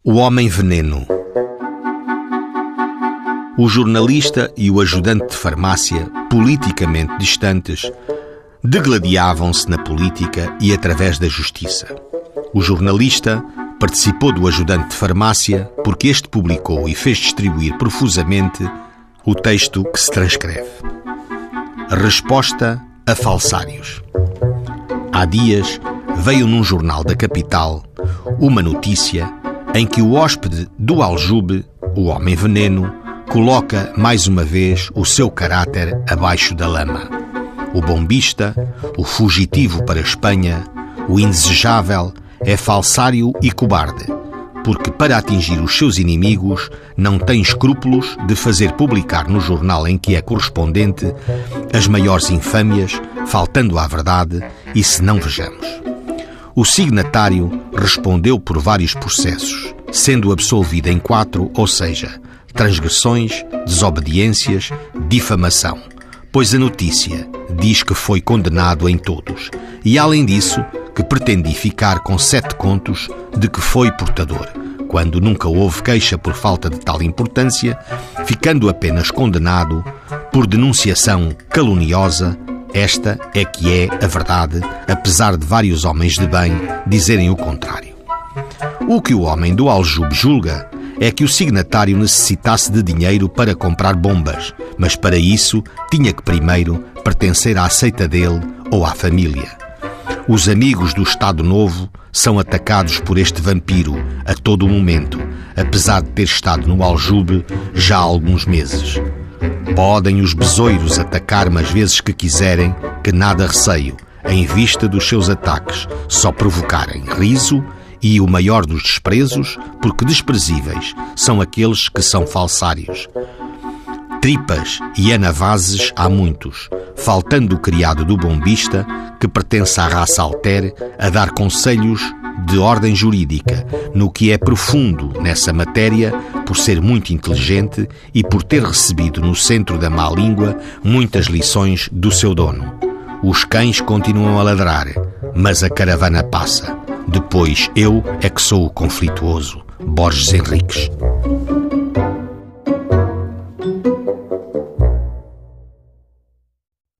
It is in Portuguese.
O homem veneno. O jornalista e o ajudante de farmácia, politicamente distantes, degladiavam-se na política e através da justiça. O jornalista participou do ajudante de farmácia porque este publicou e fez distribuir profusamente o texto que se transcreve. Resposta a falsários. Há dias veio num jornal da capital uma notícia em que o hóspede do Aljube, o homem veneno, coloca mais uma vez o seu caráter abaixo da lama. O bombista, o fugitivo para a Espanha, o indesejável, é falsário e cobarde, porque para atingir os seus inimigos não tem escrúpulos de fazer publicar no jornal em que é correspondente as maiores infâmias, faltando à verdade, e se não vejamos. O signatário respondeu por vários processos, sendo absolvido em 4, ou seja, transgressões, desobediências, difamação, pois a notícia diz que foi condenado em todos e, além disso, que pretendia ficar com 7 contos de que foi portador, quando nunca houve queixa por falta de tal importância, ficando apenas condenado por denunciação caluniosa. Esta é que é a verdade, apesar de vários homens de bem dizerem o contrário. O que o homem do Aljube julga é que o signatário necessitasse de dinheiro para comprar bombas, mas para isso tinha que primeiro pertencer à seita dele ou à família. Os amigos do Estado Novo são atacados por este vampiro a todo o momento, apesar de ter estado no Aljube já há alguns meses. Podem os besoiros atacar-me as vezes que quiserem, que nada receio, em vista dos seus ataques, só provocarem riso e o maior dos desprezos, porque desprezíveis são aqueles que são falsários. Tripas e anavases há muitos, faltando o criado do bombista, que pertence à raça alter, a dar conselhos de ordem jurídica, no que é profundo nessa matéria, por ser muito inteligente e por ter recebido no centro da má língua muitas lições do seu dono. Os cães continuam a ladrar, mas a caravana passa. Depois eu é que sou o conflituoso. Borges Henriques.